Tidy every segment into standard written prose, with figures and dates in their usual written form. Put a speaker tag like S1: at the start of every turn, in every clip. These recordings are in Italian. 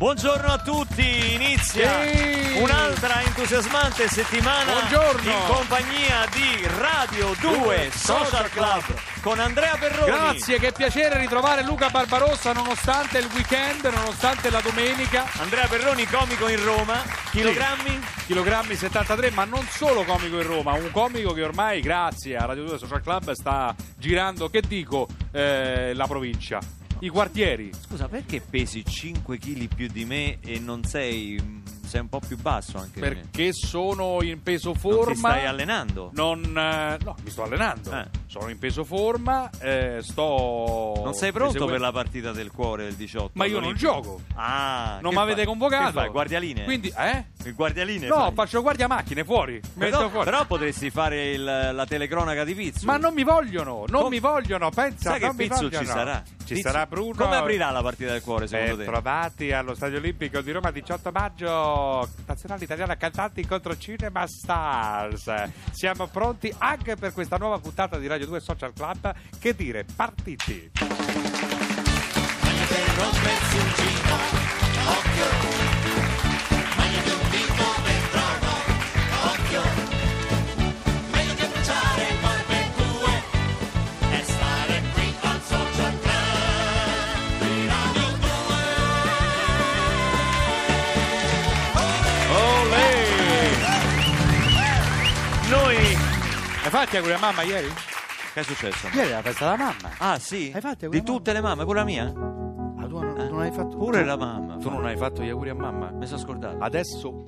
S1: Buongiorno a tutti, inizia un'altra entusiasmante settimana in compagnia di Radio 2 Social Club con Andrea Perroni.
S2: Grazie, che piacere ritrovare Luca Barbarossa nonostante il weekend, nonostante la domenica.
S1: Andrea Perroni, comico in Roma,
S2: chilogrammi 73, ma non solo comico in Roma, un comico che ormai grazie a Radio 2 Social Club sta girando, la provincia. I quartieri.
S1: Scusa, perché pesi 5 kg più di me e non sei un po' più basso anche?
S2: Perché sono in peso forma.
S1: Non ti stai allenando?
S2: No, mi sto allenando. Sono in peso forma,
S1: Non sei pronto per la partita del cuore del 18?
S2: Ma io non gioco. Non mi avete convocato.
S1: Che fai, guardialine?
S2: Quindi,
S1: Il guardialine?
S2: No,
S1: fai?
S2: Faccio guardia macchine fuori.
S1: Però potresti fare la telecronaca di Pizzu.
S2: Ma non mi vogliono, mi vogliono. Pensa,
S1: sai che Pizzu ci sarà?
S2: Ci sarà Bruno.
S1: Come aprirà la partita del cuore secondo te?
S2: Trovati allo Stadio Olimpico di Roma 18 maggio, nazionale italiana cantanti contro Cinema Stars. Siamo pronti anche per questa nuova puntata di Radio 2 Social Club. Che dire, partiti. Hai fatto auguri a mamma ieri?
S1: Che è successo?
S2: Ieri è la festa della mamma.
S1: Ah sì?
S2: Hai fatto
S1: di tutte le mamme, pure la mia?
S2: Ah, tu non hai fatto
S1: pure la mamma.
S2: Tu non hai fatto gli auguri a mamma?
S1: Mi sono scordato.
S2: Adesso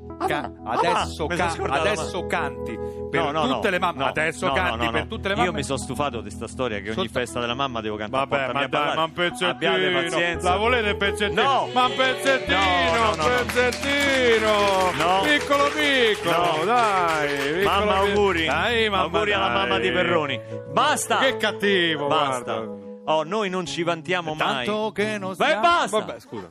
S2: canti per tutte le mamme. Adesso canti per tutte le mamme.
S1: Io mi sono stufato di sta storia che ogni festa della mamma devo cantare.
S2: Vabbè, ma dai, ma un pezzettino.
S1: Abbiate pazienza.
S2: La volete un pezzettino?
S1: No.
S2: Ma un pezzettino, pezzettino.
S1: No.
S2: Piccolo,
S1: No.
S2: dai.
S1: Mamma, auguri.
S2: Dai, mamma,
S1: auguri alla mamma di Perroni. Basta.
S2: Che cattivo,
S1: basta.
S2: Guarda.
S1: Noi non ci vantiamo mai.
S2: Tanto che non
S1: Beh, basta.
S2: Vabbè, scusa.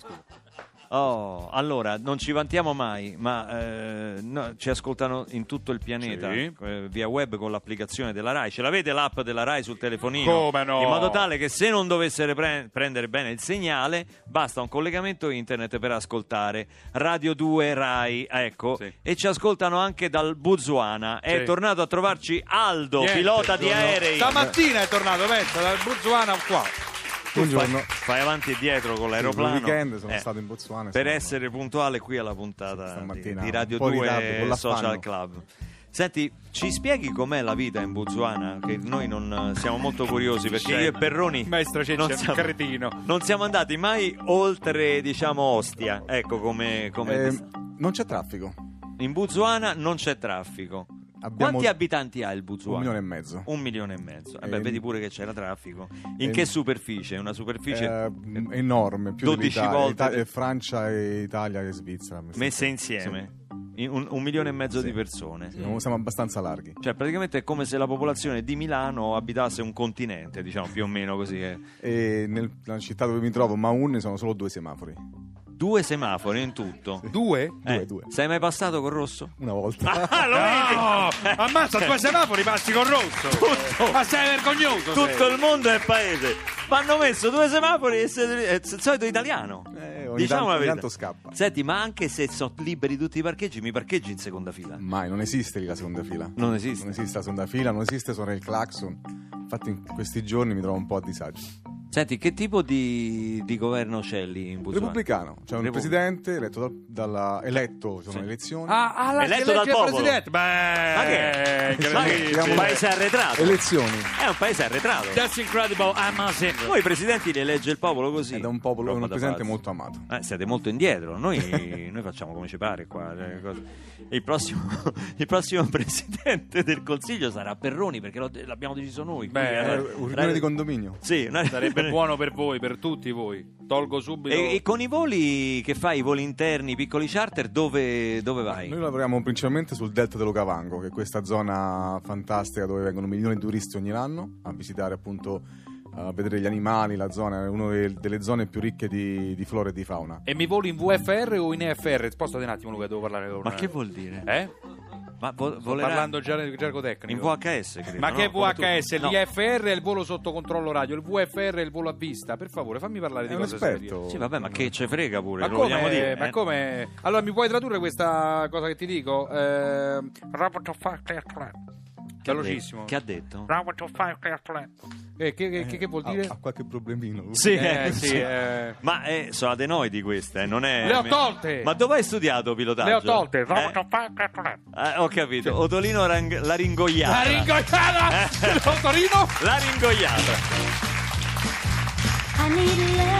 S1: Allora, non ci vantiamo mai, ma ci ascoltano in tutto il pianeta, via web con l'applicazione della Rai. Ce l'avete l'app della Rai sul telefonino?
S2: Come no?
S1: In modo tale che se non dovessero prendere bene il segnale, basta un collegamento internet per ascoltare Radio 2 Rai, ecco.
S2: Sì.
S1: E ci ascoltano anche dal Botswana. È tornato a trovarci Aldo, pilota di aerei.
S2: Stamattina è tornato, pensa, dal Botswana qua.
S3: Buongiorno.
S1: Fai avanti e dietro con l'aeroplano.
S3: Il weekend sono stato in Botswana.
S1: Per essere puntuale qui alla puntata di Radio 2 Social Club. Senti, ci spieghi com'è la vita in Botswana? Che noi non siamo molto curiosi perché io e Perroni
S2: Maestro cretino.
S1: Non siamo andati mai oltre, diciamo, Ostia. Ecco come
S3: non c'è traffico.
S1: In Botswana non c'è traffico. Quanti abitanti ha il Botswana?
S3: 1,5 milioni.
S1: 1,5 milioni. Vedi pure che c'era traffico. In che superficie? Una superficie
S3: enorme, più
S1: 12 volte
S3: Francia e Italia e Svizzera
S1: messe insieme. Sì. 1,5 milioni di persone.
S3: Sì, siamo abbastanza larghi.
S1: Cioè praticamente è come se la popolazione di Milano abitasse un continente, diciamo, più o meno così.
S3: E nella città dove mi trovo, Maun, sono solo 2 semafori.
S1: 2 semafori in tutto.
S3: Sì.
S2: Due?
S1: Sei mai passato col rosso?
S3: Una volta.
S1: Lo vedi?
S2: Ammazza, 2 semafori passi col rosso. Ma sei vergognoso.
S1: Tutto il mondo è paese. Ma hanno messo 2 semafori e è il solito italiano. Diciamo la verità.
S3: Tanto scappa.
S1: Senti, ma anche se sono liberi tutti i parcheggi, mi parcheggi in seconda fila?
S3: Mai, non esiste lì la seconda fila.
S1: Non esiste?
S3: Non esiste la seconda fila, non esiste suonare il clacson. Infatti in questi giorni mi trovo un po' a disagio.
S1: Senti, che tipo di governo c'è lì in Botswana?
S3: Repubblicano, c'è un presidente eletto sono elezioni.
S1: Eletto dal popolo.
S2: Presidente.
S1: Ma è un paese arretrato.
S3: Elezioni.
S1: È un paese arretrato.
S2: That's incredible,
S1: Voi i presidenti li elegge il popolo così.
S3: Ed è un presidente molto amato.
S1: Siete molto indietro. Noi facciamo come ci pare qua. Il prossimo presidente del Consiglio sarà Perroni, perché l'abbiamo deciso noi.
S3: Un riunione di condominio.
S1: Sì,
S2: sarebbe buono per voi, per tutti voi. Tolgo subito.
S1: E con i voli che fai, i voli interni, i piccoli charter, dove vai?
S3: Noi lavoriamo principalmente sul delta dell'Okavango, che è questa zona fantastica dove vengono milioni di turisti ogni anno a visitare, appunto, a vedere gli animali. La zona è una delle zone più ricche di flora e di fauna.
S2: E mi voli in VFR o in EFR? Spostati un attimo, Luca, devo parlare con
S1: Ma che vuol dire? Ma
S2: Sto parlando gergo tecnico.
S1: In VHS, credo.
S2: Ma che
S1: no?
S2: VHS? L'IFR è il volo sotto controllo radio, il VFR è il volo a vista. Per favore, fammi parlare di cose serie.
S1: Sì, vabbè, ma che ce frega pure,
S2: Ma
S1: lo vogliamo dire.
S2: Ma come? Allora, mi puoi tradurre questa cosa che ti dico? Velocissimo.
S1: Che ha detto?
S2: Che vuol dire?
S3: Ha qualche problemino.
S1: Sì,
S2: sì.
S1: Ma sono adenoidi queste, non è...
S2: Le ho tolte!
S1: Ma dove hai studiato pilotaggio?
S2: Le ho tolte.
S1: Ho capito. Otolino laringoiata.
S2: Laringoiata! Otolino?
S1: Laringoiata.
S4: I need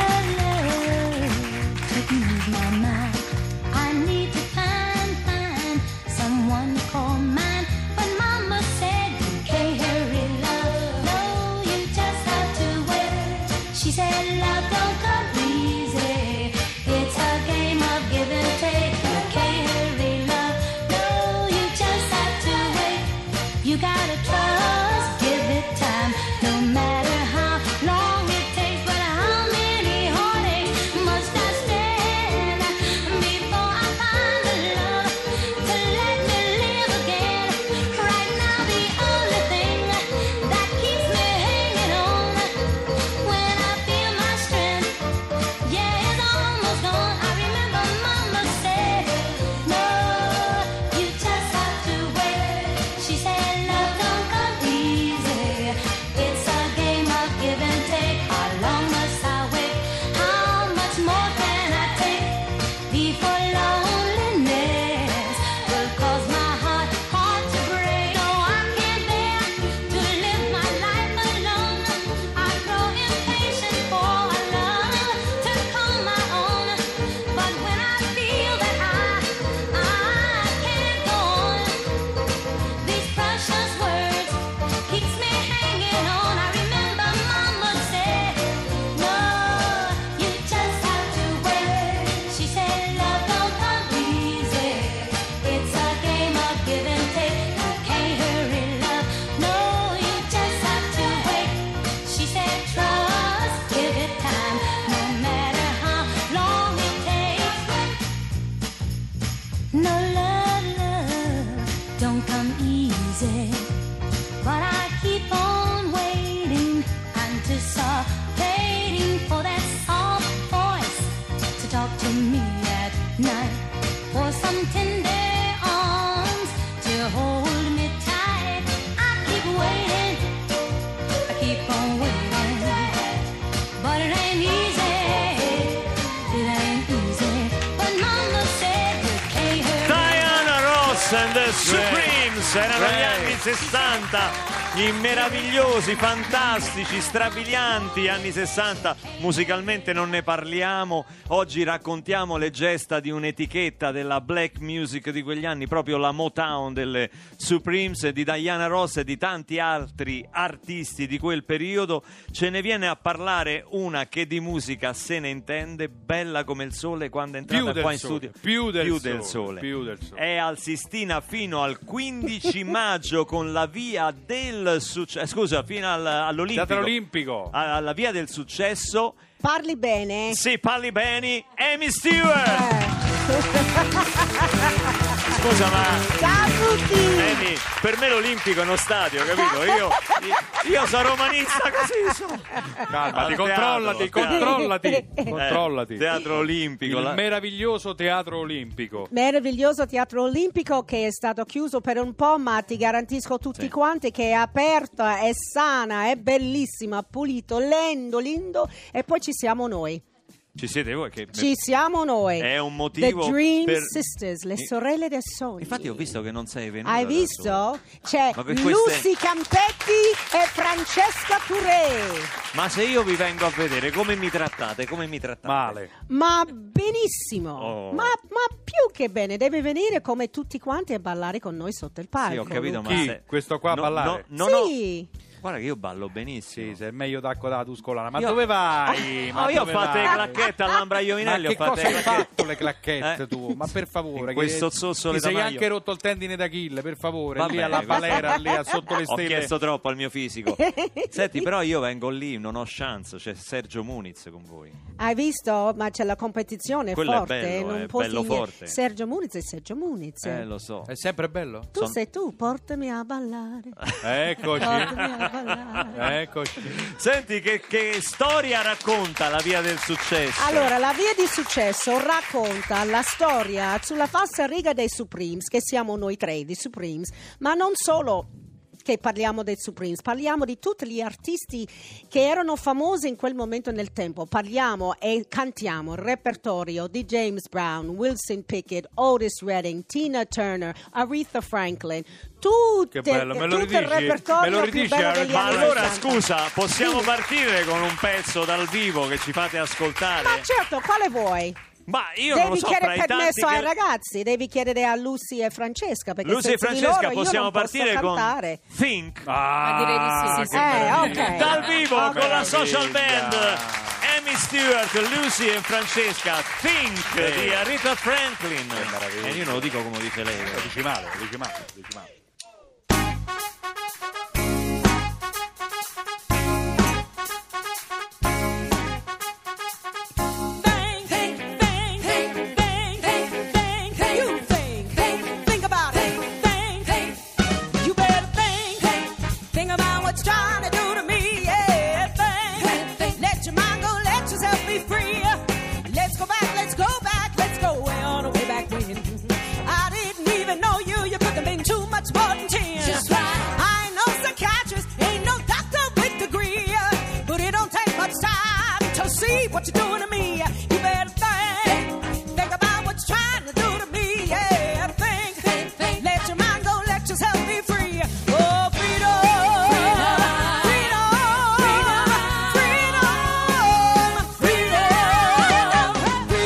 S4: love to ease my mind. I need to find someone to call mine. But Mama said you can't hurry love. No, you just have to wait. She said love don't come easy. It's a game of give and take. You can't hurry love. No, you just have to wait. You gotta trust, give it time. No matter how long it takes, but how many heartaches must I stand before I find the love to let me live again? Right now the only thing that keeps me hanging on when I feel my strength, yeah, it's almost gone. I remember Mama said, no, you just have to wait. She said love don't come easy. It's a game of give and take. How long must I wait? How much more can I take before loneliness will cause my heart to break? No, I can't bear to live my life alone. I grow impatient for a love to call my own. But when I feel that I can't go on, these precious words keeps me hanging on. I remember Mama said, no, you just have to wait. She said love don't come easy. It's a game of give and take. You can't hurry love. No, you just have to wait. She said trust, give it time. No matter how long it takes. No love don't come easy. But I keep on waiting, anticipating for that soft voice to talk to me at night, for some tender arms to hold me tight. I keep waiting, I keep on waiting, but it ain't easy, it ain't easy. But Mama said you can't hurry.
S1: Diana Ross and the Supremes erano gli anni 60, gli meravigliosi, fantastici, strabilianti anni 60. Musicalmente non ne parliamo, oggi raccontiamo le gesta di un'etichetta della black music di quegli anni, proprio la Motown delle Supremes, di Diana Ross e di tanti altri artisti di quel periodo. Ce ne viene a parlare una che di musica se ne intende, bella come il sole quando è entrata qua in studio.
S2: Più del
S1: sole.
S2: È
S1: al Sistina fino al 15 maggio con la via del successo, fino all'Olimpico.
S2: Teatro Olimpico.
S1: Alla via del successo.
S5: Parli bene?
S1: Sì, parli bene. Amy Stewart. Scusa, ma
S5: ciao a tutti.
S1: Amy, per me l'Olimpico è uno stadio, capito? Io sono romanista, così sono.
S2: Calmati, controllati.
S1: Teatro Olimpico.
S2: Il meraviglioso Teatro Olimpico.
S5: Meraviglioso Teatro Olimpico che è stato chiuso per un po', ma ti garantisco tutti quanti che è aperta, è sana, è bellissima, pulito, lindo, e poi ci siamo noi.
S1: Ci siete voi?
S5: Ci siamo noi.
S1: È un motivo
S5: The Dream Sisters, le sorelle del sogno.
S1: Infatti ho visto che non sei venuta.
S5: Hai visto? C'è Lucy Campetti e Francesca Touré.
S1: Ma se io vi vengo a vedere, come mi trattate?
S2: Male.
S5: Ma benissimo.
S1: Oh.
S5: Ma più che bene, deve venire come tutti quanti a ballare con noi sotto il palco.
S1: Sì, ho capito, ma
S2: chi? Questo qua a ballare?
S5: Sì.
S1: Guarda che io ballo benissimo.
S2: Sì, sei meglio d'acqua da tuscolana. Ma dove vai?
S1: Io ho fatto le clacchette clacchette all'Ambra Iovinelli.
S2: Ma che
S1: ho fatto
S2: cosa hai
S1: clacchette.
S2: fatto le clacchette tu? Ma per favore,
S1: In questo zozzolo
S2: ti sei
S1: Tamaio.
S2: anche rotto il tendine d'Achille, per favore,
S1: Va
S2: lì
S1: bene,
S2: alla
S1: questo-
S2: balera, lì sotto le
S1: Ho
S2: stelle.
S1: chiesto troppo al mio fisico. Senti, però io vengo lì, non ho chance. C'è Sergio Muniz con voi.
S5: Hai visto? Ma c'è la competizione
S1: Quello è
S5: forte.
S1: bello,
S5: non
S1: è
S5: può
S1: bello
S5: finire.
S1: forte.
S5: Sergio Muniz è Sergio Muniz.
S1: Lo so.
S2: È sempre bello?
S5: Tu sei tu, portami a ballare.
S2: Eccoci.
S5: Portami a ballare.
S2: Eccoci.
S1: Senti che storia racconta la via del successo.
S5: Allora, la via di successo racconta la storia sulla falsa riga dei Supremes, che siamo noi tre, di Supremes, ma non solo che parliamo dei Supremes, parliamo di tutti gli artisti che erano famosi in quel momento nel tempo. Parliamo e cantiamo il repertorio di James Brown, Wilson Pickett, Otis Redding, Tina Turner, Aretha Franklin.
S2: Che bello, me lo
S5: tutto il
S2: ridici?
S5: repertorio
S2: Me lo
S5: più
S2: ridici,
S5: bello degli
S1: Ma
S5: anni
S1: allora
S5: 60.
S1: scusa, possiamo partire con un pezzo dal vivo che ci fate ascoltare?
S5: Ma certo, quale vuoi?
S1: Ma io non lo
S5: Devi
S1: so,
S5: chiedere
S1: fra i tanti
S5: permesso ai
S1: che...
S5: ragazzi, devi chiedere a Lucy e Francesca, perché
S1: Lucy e
S5: senza di
S1: Francesca
S5: loro io
S1: possiamo
S5: non posso
S1: partire con
S5: cantare.
S1: Think
S2: Ah,
S6: direi di sì, sì.
S2: che meraviglia.
S5: Ok.
S1: dal vivo
S5: Ok.
S1: con la social band
S2: Meraviglia.
S1: Amy Stewart, Lucy e Francesca. Think di Aretha Franklin.
S2: meraviglia.
S1: E io non lo dico come dice lei.
S2: Lo dici male, lo dici male, lo dici male.
S7: Think about it. You better think about what you're trying to do to me. Yeah, think. Let your mind go, let yourself be free. Let's go back, let's go way on way back when. I didn't even know you. You could have been too much more than 10.
S6: Just right.
S7: I ain't no psychiatrist, ain't no doctor with degree, but it don't take much time to see what you're doing to me. You better think about what you're trying to do to me. Yeah, think. Let your mind go, let yourself be free. Oh, freedom, freedom, freedom, freedom,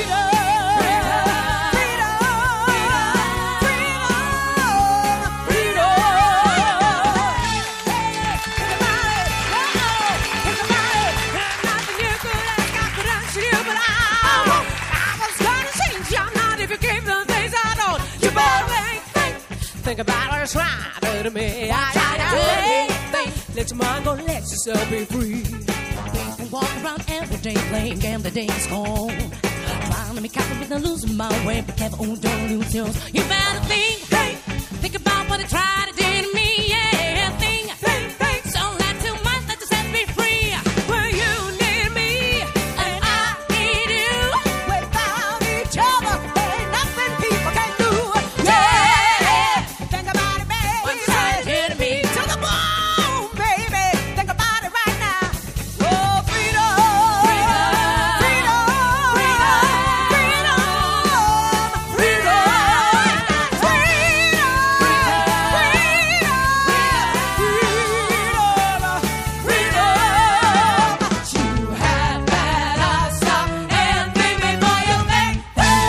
S7: Think about what it's trying to me. Let your mind go, let yourself be free.
S6: I walk around every day playing game, the day is gone. Trying to make up with the losing my way, be careful, oh, don't lose yours. You better think about what I try to do to me, yeah. Think. So let too much, let yourself be free.
S7: Well, you need me,
S6: And I need you.
S7: without each other, there ain't nothing people can do. Yeah, think about it, baby.
S6: What you trying to do to me?
S7: To the bone, baby. Think about it right now. Oh, freedom, freedom, freedom, freedom, You had better stop and leave me for your thing.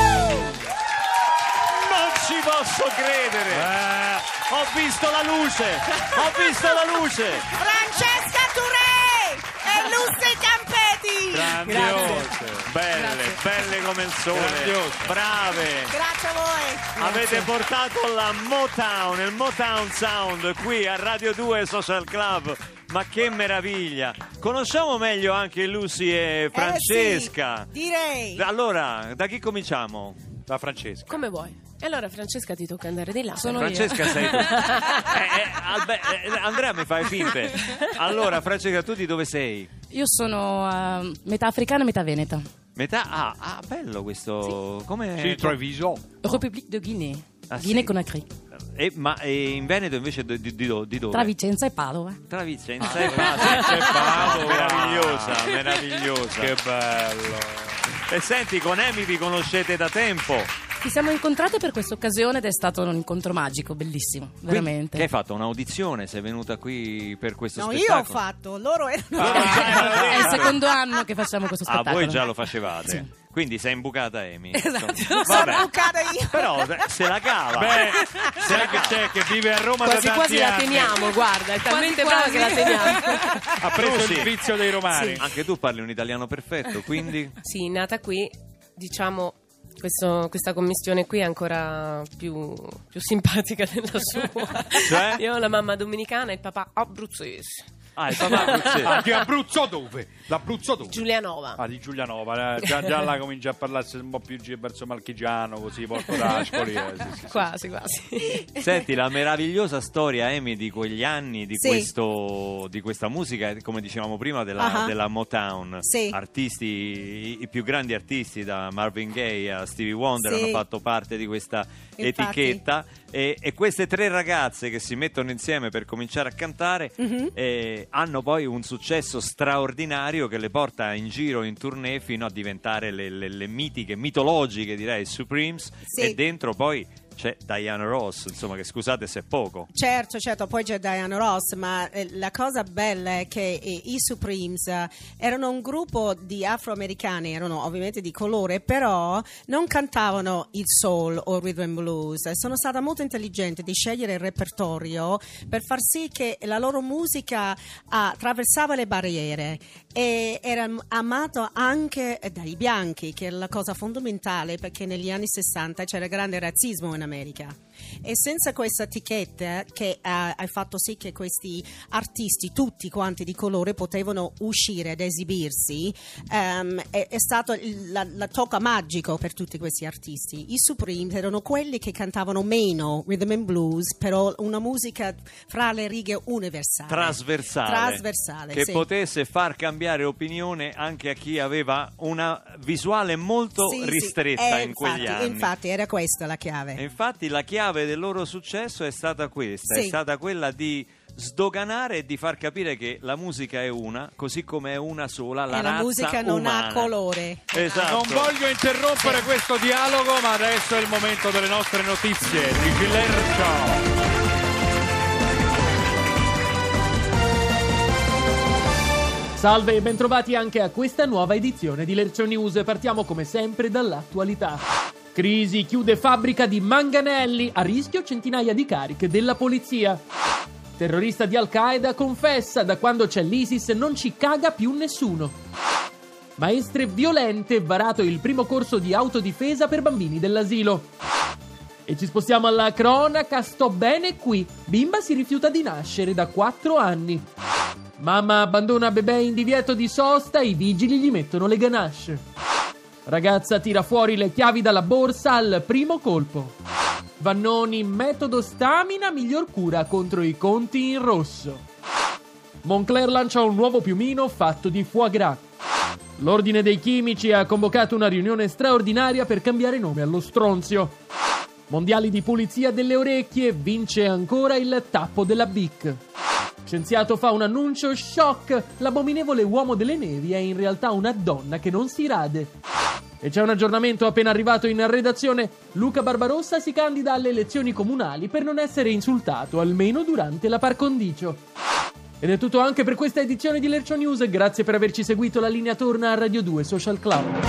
S1: Non ci posso credere! Ho visto la luce! Ho visto la luce!
S7: Francesca Touré e Lucy Campeti.
S2: Grandiose.
S1: Belle come il sole!
S2: Grandiose.
S1: Brave!
S7: Grazie a voi.
S1: Avete portato la Motown, il Motown Sound qui a Radio 2 Social Club. Ma che meraviglia! Conosciamo meglio anche Lucy e Francesca.
S7: Sì, direi.
S1: Allora, da chi cominciamo?
S2: Da Francesca.
S6: Come vuoi. E allora Francesca ti tocca andare di là. Sono
S1: Francesca sei tu. Andrea mi fai finte. Allora, Francesca, tu di dove sei?
S8: Io sono metà africana e metà veneta.
S1: Metà? Ah, bello questo. Come?
S2: Sì, Treviso.
S8: République de Guinée.
S1: Ah, sì?
S8: Guinea-Conakry.
S1: Ma in Veneto invece di dove?
S8: Tra Vicenza e Padova.
S1: Tra Vicenza e Padova. Meravigliosa.
S2: Che bello.
S1: E senti, con Amy vi conoscete da tempo.
S8: Ci siamo incontrate per questa occasione ed è stato un incontro magico, bellissimo, veramente.
S1: Che hai fatto? Un'audizione? Sei venuta qui per questo
S5: No,
S1: spettacolo?
S5: io ho fatto, loro erano...
S8: È il secondo anno che facciamo questo spettacolo.
S1: Voi già lo facevate?
S8: Sì.
S1: Quindi sei imbucata Amy.
S8: Esatto.
S1: Insomma.
S5: Sono
S1: Vabbè.
S5: bucata io.
S1: Però se la cava.
S2: Beh,
S1: se la
S2: sai che
S1: cava.
S2: c'è che vive a Roma
S9: Quasi
S2: da tanti
S9: quasi la
S2: anni.
S9: teniamo, guarda, è talmente
S8: Quasi
S9: brava che la teniamo.
S2: Ha preso
S1: Sì.
S2: il vizio dei romani.
S1: Anche tu parli un italiano perfetto, quindi
S9: Sì, nata qui, diciamo, questa commistione qui è ancora più simpatica della sua.
S1: Cioè?
S9: Io ho la mamma dominicana e il papà abruzzese.
S1: il papà abruzzese.
S2: Ah, di Abruzzo dove? L'Abruzzo dove?
S9: Giulianova.
S2: Ah, di Giulianova, già là comincia a parlarsi un po' più verso Marchigiano, così, Porto d'Ascoli. Sì.
S9: Quasi.
S1: Senti, la meravigliosa storia, Amy, di quegli anni, di questa musica, come dicevamo prima, della Motown.
S5: Sì.
S1: Artisti, i più grandi artisti, da Marvin Gaye a Stevie Wonder,
S5: Sì.
S1: hanno fatto parte di questa
S5: Infatti.
S1: etichetta. E queste tre ragazze che si mettono insieme per cominciare a cantare hanno poi un successo straordinario che le porta in giro in tournée fino a diventare le mitiche, mitologiche direi, Supremes.
S5: Sì.
S1: E dentro poi c'è Diana Ross, insomma, che scusate se è poco.
S5: Certo, poi c'è Diana Ross, ma la cosa bella è che i Supremes erano un gruppo di afroamericani, erano ovviamente di colore, però non cantavano il soul o rhythm and blues. Sono stata molto intelligente di scegliere il repertorio per far sì che la loro musica attraversava le barriere e era amato anche dai bianchi, che è la cosa fondamentale, perché negli anni 60 c'era grande razzismo in America. E senza questa etichetta che ha fatto sì che questi artisti, tutti quanti di colore, potevano uscire ed esibirsi, è stato la tocca magico per tutti questi artisti. I Supremes erano quelli che cantavano meno rhythm and blues, però una musica fra le righe universale, trasversale,
S1: che
S5: sì.
S1: potesse far cambiare opinione anche a chi aveva una visuale molto ristretta in quegli anni.
S5: Infatti era questa la chiave.
S1: E infatti la chiave del loro successo è stata questa,
S5: Sì.
S1: è stata quella di sdoganare e di far capire che la musica è una, così come è una sola la
S5: E la
S1: razza
S5: musica non
S1: umana.
S5: ha colore.
S1: Esatto.
S2: Non voglio interrompere questo dialogo, ma adesso è il momento delle nostre notizie di Lercio.
S10: Salve e bentrovati anche a questa nuova edizione di Lercio News. Partiamo come sempre dall'attualità. Crisi chiude fabbrica di manganelli, a rischio centinaia di cariche della polizia. Terrorista di Al-Qaeda confessa: da quando c'è l'ISIS non ci caga più nessuno. Maestre violente, varato il primo corso di autodifesa per bambini dell'asilo. E ci spostiamo alla cronaca, sto bene qui. Bimba si rifiuta di nascere da 4 anni. Mamma abbandona bebè in divieto di sosta, i vigili gli mettono le ganasce. Ragazza tira fuori le chiavi dalla borsa al primo colpo. Vannoni, metodo stamina, miglior cura contro i conti in rosso. Moncler lancia un nuovo piumino fatto di foie gras. L'Ordine dei Chimici ha convocato una riunione straordinaria per cambiare nome allo stronzio. Mondiali di pulizia delle orecchie, vince ancora il tappo della BIC. Scienziato fa un annuncio shock, l'abominevole uomo delle nevi è in realtà una donna che non si rade. E c'è un aggiornamento appena arrivato in redazione: Luca Barbarossa si candida alle elezioni comunali per non essere insultato, almeno durante la par condicio. Ed è tutto anche per questa edizione di Lercio News, grazie per averci seguito. La linea torna a Radio 2 Social Club.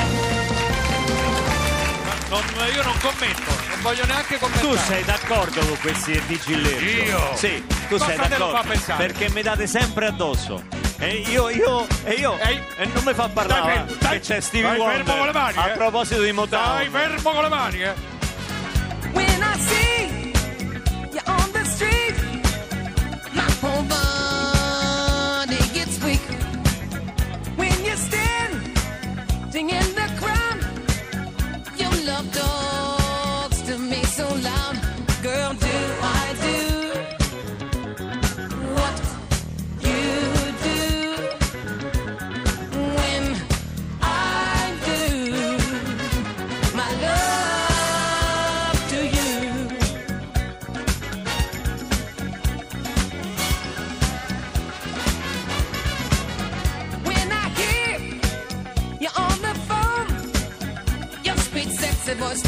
S2: Io non commento, non voglio neanche commentare.
S1: Tu sei d'accordo con questi RDG Lercio?
S2: Io?
S1: Sì, tu
S2: Cosa
S1: sei
S2: te lo fa
S1: d'accordo
S2: pensare?
S1: perché mi date sempre addosso. E io e non mi fa parlare che c'è Stevie
S2: Stai
S1: Wonder
S2: fermo con le mani,
S1: a proposito di Motown.
S2: Stai fermo con le mani,
S7: When I see you on the street, my whole body gets weak. When you stand in the crowd, your love talks to me so loud. Girl, do I do what you do when I do my love to you?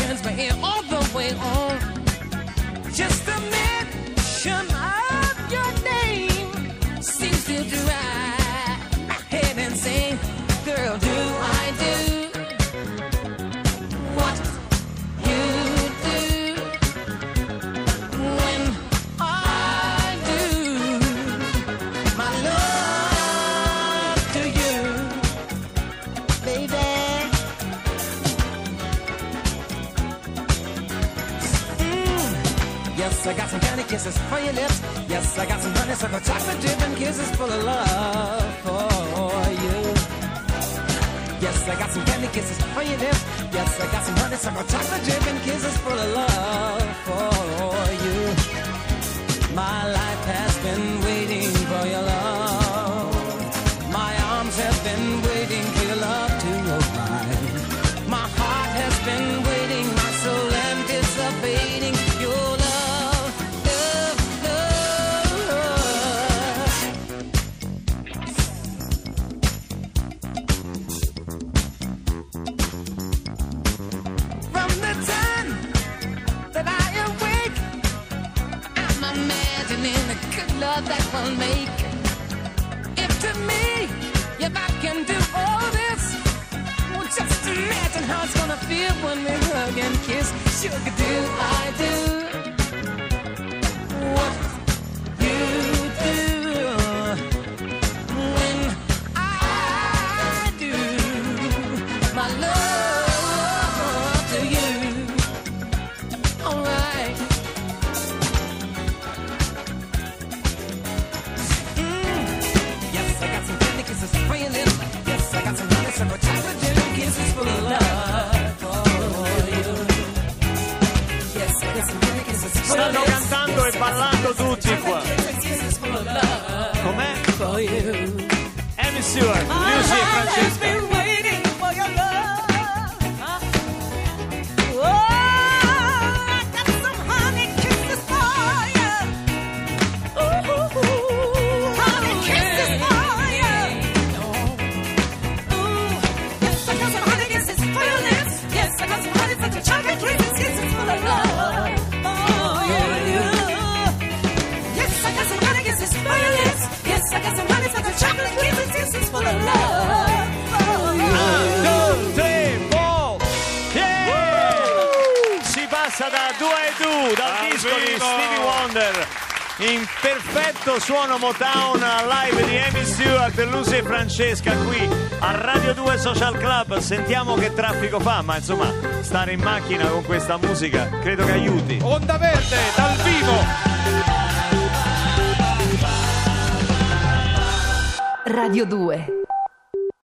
S6: turns my ear all the way on. Just a mention of your name seems to drive my head insane. Girl, do I do what you do when I do my love to you, baby? Yes, I got some candy kisses for your lips. Yes, I got some honeysuckle chocolate dripping kisses full of love for you. Yes, I got some candy kisses for your lips. Yes, I got some honeysuckle chocolate dripping kisses full of love for you. My life has been waiting for your love. My arms have been waiting for your love to arrive. My heart has been waiting, my soul anticipating your love. From the time that I awake, I'm imagining the good love that we'll make. If to me, if I can do all this, well, just imagine how it's gonna feel when we hug and kiss. Sugar, do I do what you do when I do my love to you? All right. Yes, I got some candy kisses for your lips. Yes, I got some honeysuckle chocolate dripping kisses full of love for you. Yes, I got some candy kisses for your
S1: Stanno
S6: lips.
S1: cantando e ballando tutti qua.
S6: Kisses full of love
S1: Com'è?
S6: for you.
S1: Amy Stewart,
S7: My
S1: Lucy e
S7: heart has
S1: Francesca.
S7: been waiting for your love. Oh, I got some honey kisses for you. Ooh, honey kisses for you. Ooh, yes, I got some honey kisses for your lips. Yes, I got some honey for your chocolate kisses full of love for you. Yes, I got some honey kisses for your lips. Yes, I got some honey for your chocolate kisses full of love for you.
S1: 1, 2, 3, 4. Yeah! Si passa da 2 e 2 dal
S2: Al
S1: disco di
S2: vivo!
S1: Stevie Wonder in perfetto suono Motown live di Amy Stewart e Lucy e Francesca qui a Radio 2 Social Club. Sentiamo che traffico fa, ma insomma stare in macchina con questa musica credo che aiuti.
S2: Onda Verde dal vivo.
S11: Radio 2